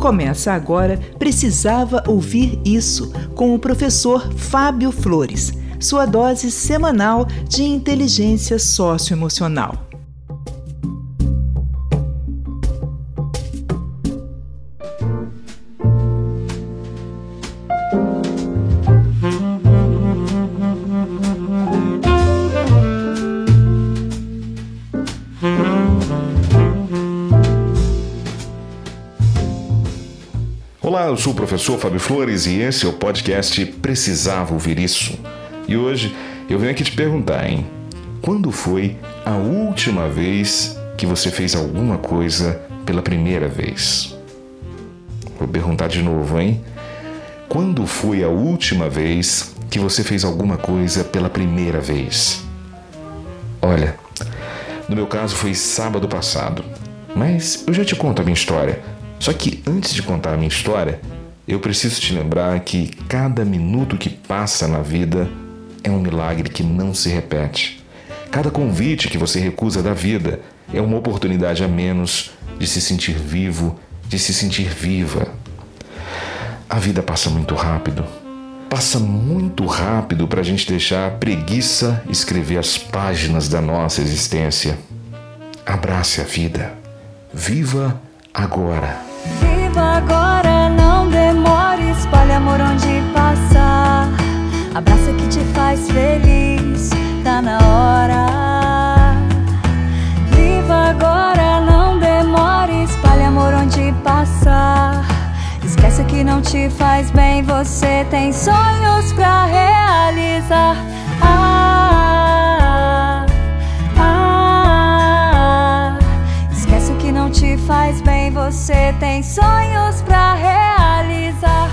Começa agora Precisava Ouvir Isso, com o professor Fábio Flores, sua dose semanal de inteligência socioemocional. Olá, eu sou o professor Fábio Flores e esse é o podcast Precisava Ouvir Isso. E hoje eu venho aqui te perguntar, quando foi a última vez que você fez alguma coisa pela primeira vez? Vou perguntar de novo, Quando foi a última vez que você fez alguma coisa pela primeira vez? Olha, no meu caso foi sábado passado, mas eu já te conto a minha história. Só que antes de contar a minha história, eu preciso te lembrar que cada minuto que passa na vida é um milagre que não se repete. Cada convite que você recusa da vida é uma oportunidade a menos de se sentir vivo, de se sentir viva. A vida passa muito rápido. Passa muito rápido para a gente deixar a preguiça escrever as páginas da nossa existência. Abrace a vida. Viva agora. Viva agora, não demore, espalhe amor onde passar. Abraça que te faz feliz, tá na hora. Viva agora, não demore, espalhe amor onde passar. Esquece que não te faz bem, você tem sonhos pra realizar. Esquece que não te faz bem, você tem sonhos pra realizar.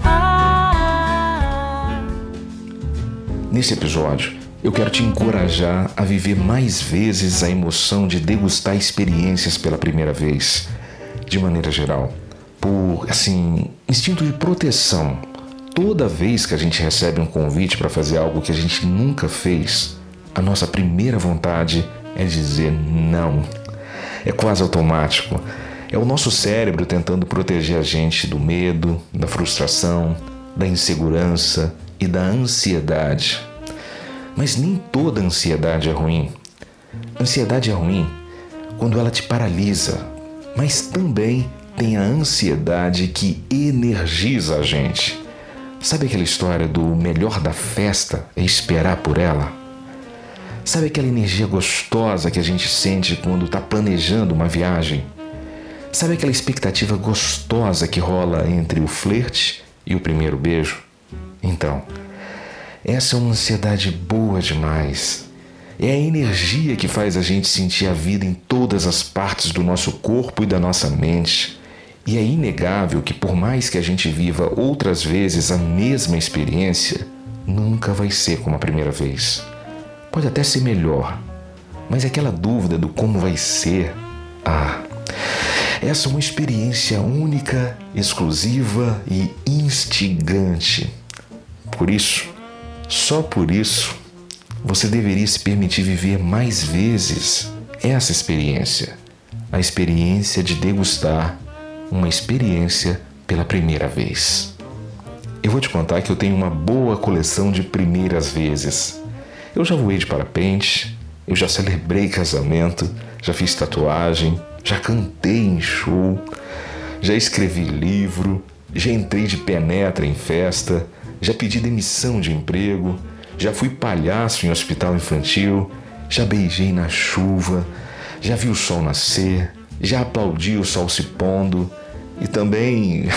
Nesse episódio, eu quero te encorajar a viver mais vezes a emoção de degustar experiências pela primeira vez, de maneira geral. Por, instinto de proteção. Toda vez que a gente recebe um convite para fazer algo que a gente nunca fez, a nossa primeira vontade é dizer não. É quase automático. É o nosso cérebro tentando proteger a gente do medo, da frustração, da insegurança e da ansiedade. Mas nem toda ansiedade é ruim. Ansiedade é ruim quando ela te paralisa, mas também tem a ansiedade que energiza a gente. Sabe aquela história do melhor da festa é esperar por ela? Sabe aquela energia gostosa que a gente sente quando está planejando uma viagem? Sabe aquela expectativa gostosa que rola entre o flerte e o primeiro beijo? Então, essa é uma ansiedade boa demais. É a energia que faz a gente sentir a vida em todas as partes do nosso corpo e da nossa mente. E é inegável que por mais que a gente viva outras vezes a mesma experiência, nunca vai ser como a primeira vez. Pode até ser melhor, mas aquela dúvida do como vai ser, essa é uma experiência única, exclusiva e instigante. Por isso, só por isso, você deveria se permitir viver mais vezes essa experiência. A experiência de degustar uma experiência pela primeira vez. Eu vou te contar que eu tenho uma boa coleção de primeiras vezes. Eu já voei de parapente, eu já celebrei casamento, já fiz tatuagem, já cantei em show, já escrevi livro, já entrei de penetra em festa, já pedi demissão de emprego, já fui palhaço em hospital infantil, já beijei na chuva, já vi o sol nascer, já aplaudi o sol se pondo e também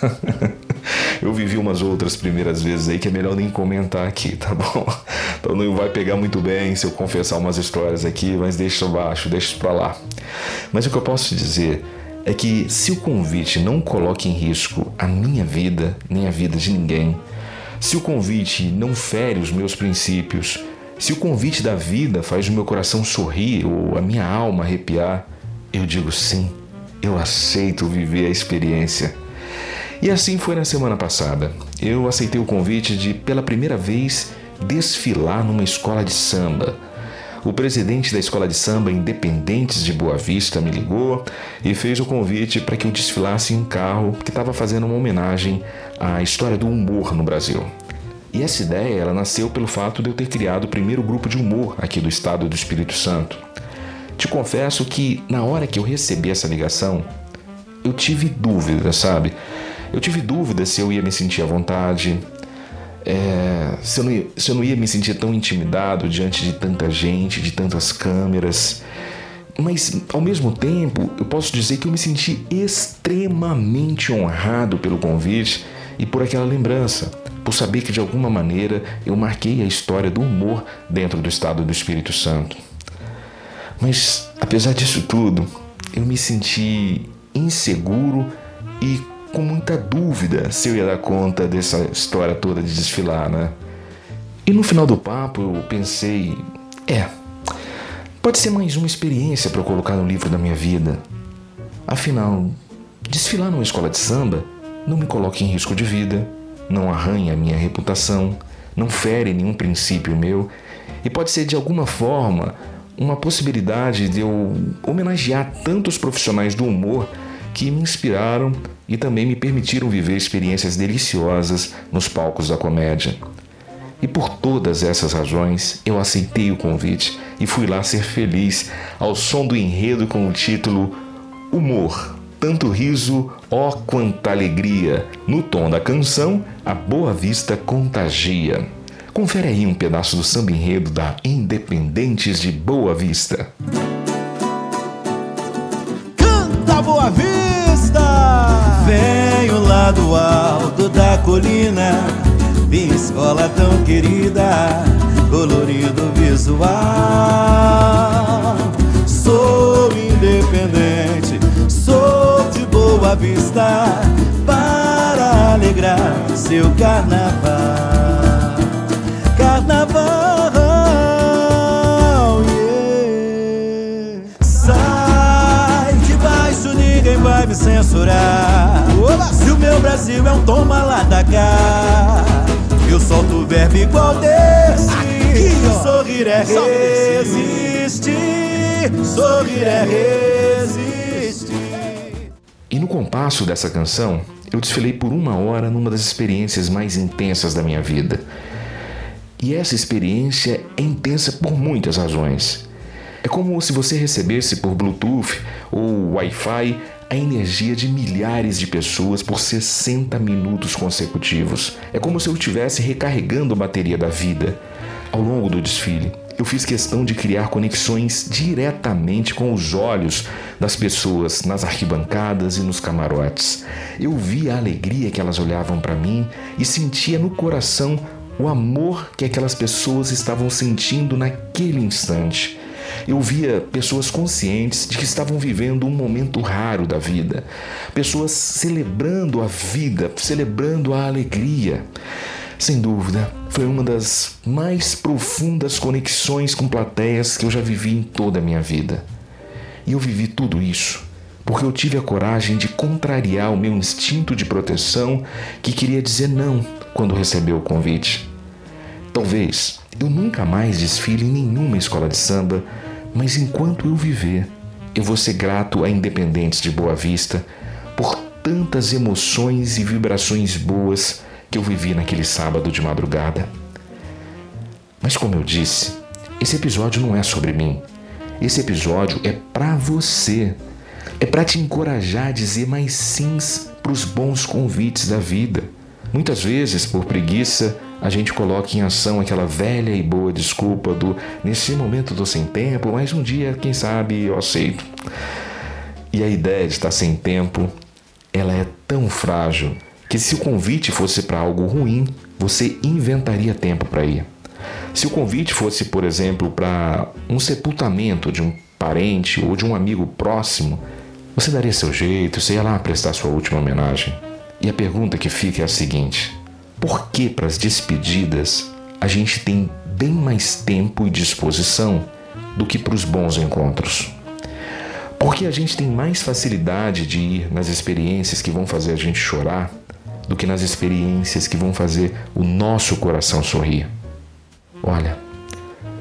eu vivi umas outras primeiras vezes aí que é melhor nem comentar aqui, tá bom? Então não vai pegar muito bem se eu confessar umas histórias aqui, mas deixa abaixo, deixa isso pra lá. Mas o que eu posso dizer é que se o convite não coloca em risco a minha vida, nem a vida de ninguém, se o convite não fere os meus princípios, se o convite da vida faz o meu coração sorrir ou a minha alma arrepiar, eu digo sim, eu aceito viver a experiência. E assim foi na semana passada. Eu aceitei o convite de, pela primeira vez, desfilar numa escola de samba. o presidente da Escola de Samba Independentes de Boa Vista me ligou e fez o convite para que eu desfilasse em um carro que estava fazendo uma homenagem à história do humor no Brasil. E essa ideia ela nasceu pelo fato de eu ter criado o primeiro grupo de humor aqui do estado do Espírito Santo. Te confesso que na hora que eu recebi essa ligação, eu tive dúvida, sabe? Eu tive dúvida se eu ia me sentir à vontade, se eu não ia me sentir tão intimidado diante de tanta gente, de tantas câmeras. Mas, ao mesmo tempo, eu posso dizer que eu me senti extremamente honrado pelo convite e por aquela lembrança, por saber que, de alguma maneira, eu marquei a história do humor dentro do estado do Espírito Santo. Mas, apesar disso tudo, eu me senti inseguro e com muita dúvida se eu ia dar conta dessa história toda de desfilar, né? E no final do papo eu pensei, pode ser mais uma experiência para eu colocar no livro da minha vida. Afinal, desfilar numa escola de samba não me coloca em risco de vida, não arranha a minha reputação, não fere nenhum princípio meu e pode ser de alguma forma uma possibilidade de eu homenagear tantos profissionais do humor que me inspiraram e também me permitiram viver experiências deliciosas nos palcos da comédia. E por todas essas razões, eu aceitei o convite e fui lá ser feliz ao som do enredo com o título Humor, tanto riso, ó quanta alegria. No tom da canção, a Boa Vista contagia. Confere aí um pedaço do samba enredo da Independentes de Boa Vista. Canta Boa Vista! Venho lá do alto da colina, minha escola tão querida, colorido visual. Sou independente, sou de Boa Vista, para alegrar seu carnaval. Carnaval, yeah. Sai de baixo, ninguém vai me censurar. Se o meu Brasil é um toma lá da cá, eu solto o verbo igual desse. Sorrir é resistir, sorrir é resistir. E no compasso dessa canção, eu desfilei por 1 hora numa das experiências mais intensas da minha vida. E essa experiência é intensa por muitas razões. É como se você recebesse por Bluetooth ou Wi-Fi a energia de milhares de pessoas por 60 minutos consecutivos. É como se eu estivesse recarregando a bateria da vida. Ao longo do desfile, eu fiz questão de criar conexões diretamente com os olhos das pessoas nas arquibancadas e nos camarotes. Eu via a alegria que elas olhavam para mim e sentia no coração o amor que aquelas pessoas estavam sentindo naquele instante. Eu via pessoas conscientes de que estavam vivendo um momento raro da vida. Pessoas celebrando a vida, celebrando a alegria. Sem dúvida, foi uma das mais profundas conexões com plateias que eu já vivi em toda a minha vida. E eu vivi tudo isso porque eu tive a coragem de contrariar o meu instinto de proteção que queria dizer não quando recebeu o convite. Talvez eu nunca mais desfile em nenhuma escola de samba, mas enquanto eu viver, eu vou ser grato a Independentes de Boa Vista por tantas emoções e vibrações boas que eu vivi naquele sábado de madrugada. Mas como eu disse, esse episódio não é sobre mim. Esse episódio é pra você. É pra te encorajar a dizer mais sims pros bons convites da vida. Muitas vezes, por preguiça, a gente coloca em ação aquela velha e boa desculpa do nesse momento tô sem tempo, mas um dia, quem sabe, eu aceito. E a ideia de estar sem tempo, ela é tão frágil que se o convite fosse para algo ruim, você inventaria tempo para ir. Se o convite fosse, por exemplo, para um sepultamento de um parente ou de um amigo próximo, você daria seu jeito, você ia lá prestar sua última homenagem. E a pergunta que fica é a seguinte: por que para as despedidas a gente tem bem mais tempo e disposição do que para os bons encontros? Por que a gente tem mais facilidade de ir nas experiências que vão fazer a gente chorar do que nas experiências que vão fazer o nosso coração sorrir? Olha,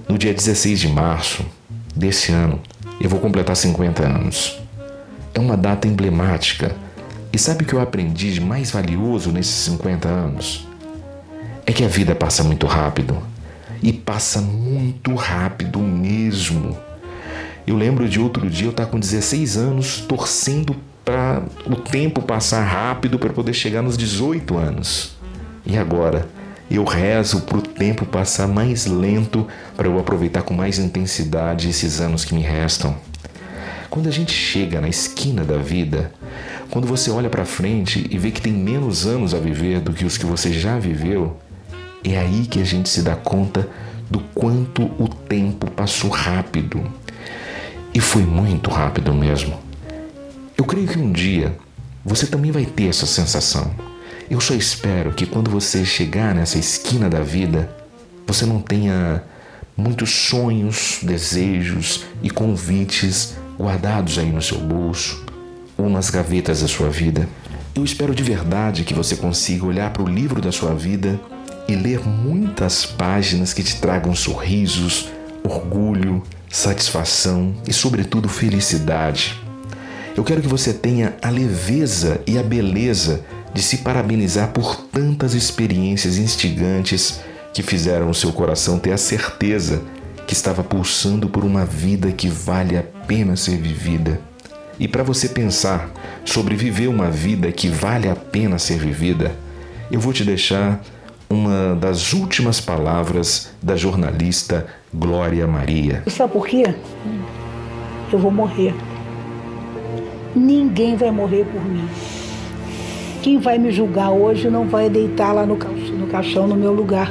No dia 16 de março desse ano, eu vou completar 50 anos. É uma data emblemática. E sabe o que eu aprendi de mais valioso nesses 50 anos? É que a vida passa muito rápido. E passa muito rápido mesmo. Eu lembro de outro dia eu estar com 16 anos torcendo para o tempo passar rápido para poder chegar nos 18 anos. E agora eu rezo para o tempo passar mais lento para eu aproveitar com mais intensidade esses anos que me restam. Quando a gente chega na esquina da vida, quando você olha para frente e vê que tem menos anos a viver do que os que você já viveu, é aí que a gente se dá conta do quanto o tempo passou rápido. E foi muito rápido mesmo. Eu creio que um dia você também vai ter essa sensação. Eu só espero que quando você chegar nessa esquina da vida, você não tenha muitos sonhos, desejos e convites guardados aí no seu bolso ou nas gavetas da sua vida. Eu espero de verdade que você consiga olhar para o livro da sua vida e ler muitas páginas que te tragam sorrisos, orgulho, satisfação e, sobretudo, felicidade. Eu quero que você tenha a leveza e a beleza de se parabenizar por tantas experiências instigantes que fizeram o seu coração ter a certeza que estava pulsando por uma vida que vale a pena ser vivida. E para você pensar sobre viver uma vida que vale a pena ser vivida, eu vou te deixar uma das últimas palavras da jornalista Glória Maria. Sabe por quê? Eu vou morrer. Ninguém vai morrer por mim. Quem vai me julgar hoje não vai deitar lá no caixão no meu lugar.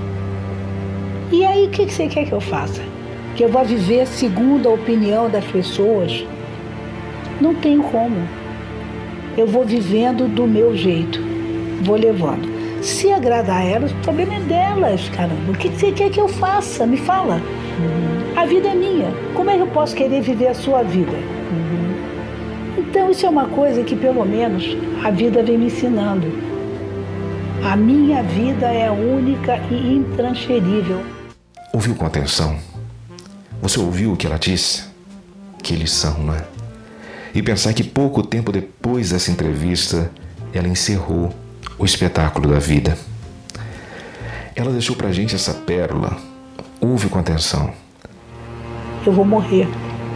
E aí, o que você quer que eu faça? Que eu vá viver segundo a opinião das pessoas? Não tem como. Eu vou vivendo do meu jeito. Vou levando. Se agradar a elas, o problema é delas, caramba. O que você quer que eu faça? Me fala. A vida é minha. Como é que eu posso querer viver a sua vida? Então isso é uma coisa que pelo menos a vida vem me ensinando. A minha vida é única e intransferível. Ouviu com atenção? Você ouviu o que ela disse? Que lição, não é? E pensar que pouco tempo depois dessa entrevista, ela encerrou o espetáculo da vida. Ela deixou pra gente essa pérola. Ouve com atenção. Eu vou morrer.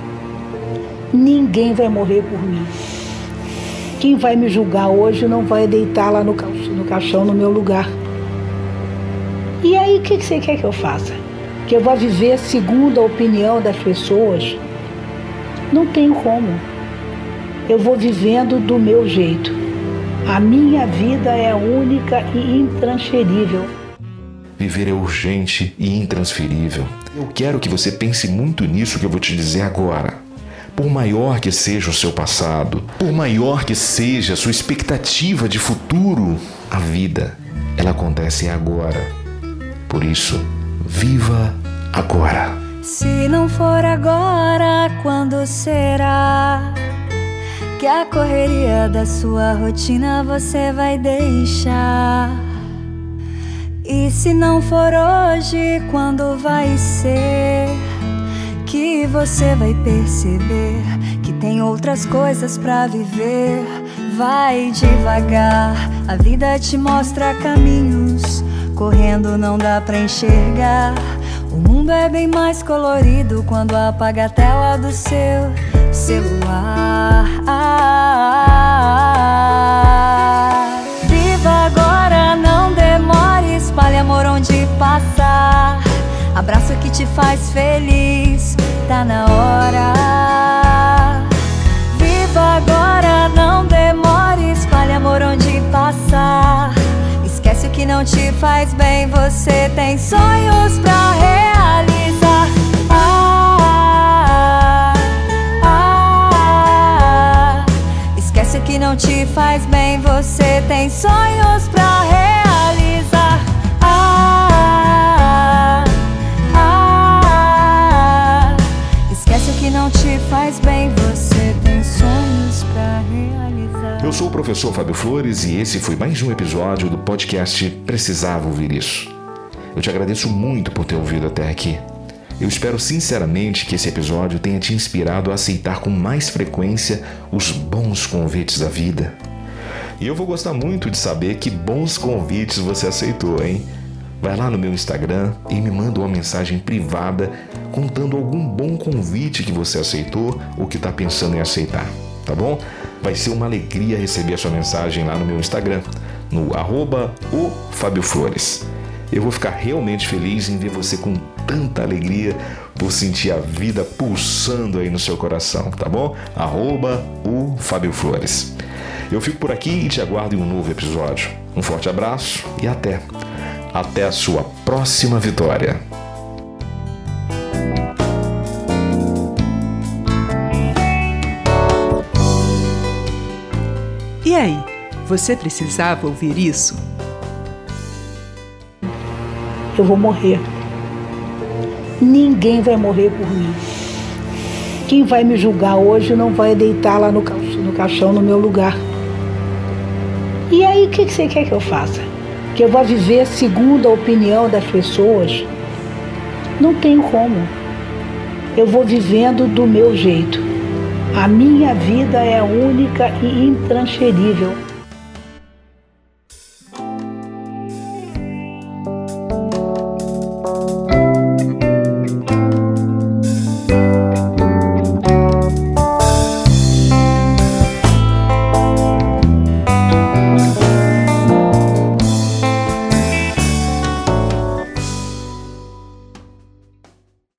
Ninguém vai morrer por mim. Quem vai me julgar hoje não vai deitar lá no caixão no meu lugar. E aí, o que você quer que eu faça? Que eu vá viver segundo a opinião das pessoas? Não tem como. Eu vou vivendo do meu jeito. A minha vida é única e intransferível. Viver é urgente e intransferível. Eu quero que você pense muito nisso que eu vou te dizer agora. Por maior que seja o seu passado, por maior que seja a sua expectativa de futuro, a vida, ela acontece agora. Por isso, viva agora. Se não for agora, quando será que a correria da sua rotina você vai deixar? E se não for hoje, quando vai ser que você vai perceber que tem outras coisas pra viver? Vai devagar, a vida te mostra caminhos, correndo não dá pra enxergar. O mundo é bem mais colorido quando apaga a tela do seu celular. Viva agora, não demore, espalhe amor onde passar. Abraço que te faz feliz, tá na hora. Viva agora, não demore, espalhe amor onde passar. Esquece o que não te faz bem, você tem sonhos pra realizar. Esquece o que não te faz bem, você tem sonhos pra realizar. Esquece o que não te faz bem, você tem sonhos pra realizar. Eu sou o professor Fábio Flores e esse foi mais um episódio do podcast Precisava Ouvir Isso. Eu te agradeço muito por ter ouvido até aqui. Eu espero sinceramente que esse episódio tenha te inspirado a aceitar com mais frequência os bons convites da vida. E eu vou gostar muito de saber que bons convites você aceitou, hein? Vai lá no meu Instagram e me manda uma mensagem privada contando algum bom convite que você aceitou ou que está pensando em aceitar, tá bom? Vai ser uma alegria receber a sua mensagem lá no meu Instagram, no @oFabioFlores. Eu vou ficar realmente feliz em ver você com tanta alegria por sentir a vida pulsando aí no seu coração, tá bom? @oFabioFlores. Eu fico por aqui e te aguardo em um novo episódio. Um forte abraço e até a sua próxima vitória. E aí, você precisava ouvir isso? Eu vou morrer. Ninguém vai morrer por mim. Quem vai me julgar hoje não vai deitar lá no caixão no meu lugar. E aí, o que você quer que eu faça? Que eu vá viver segundo a opinião das pessoas? Não tenho como. Eu vou vivendo do meu jeito. A minha vida é única e intransferível.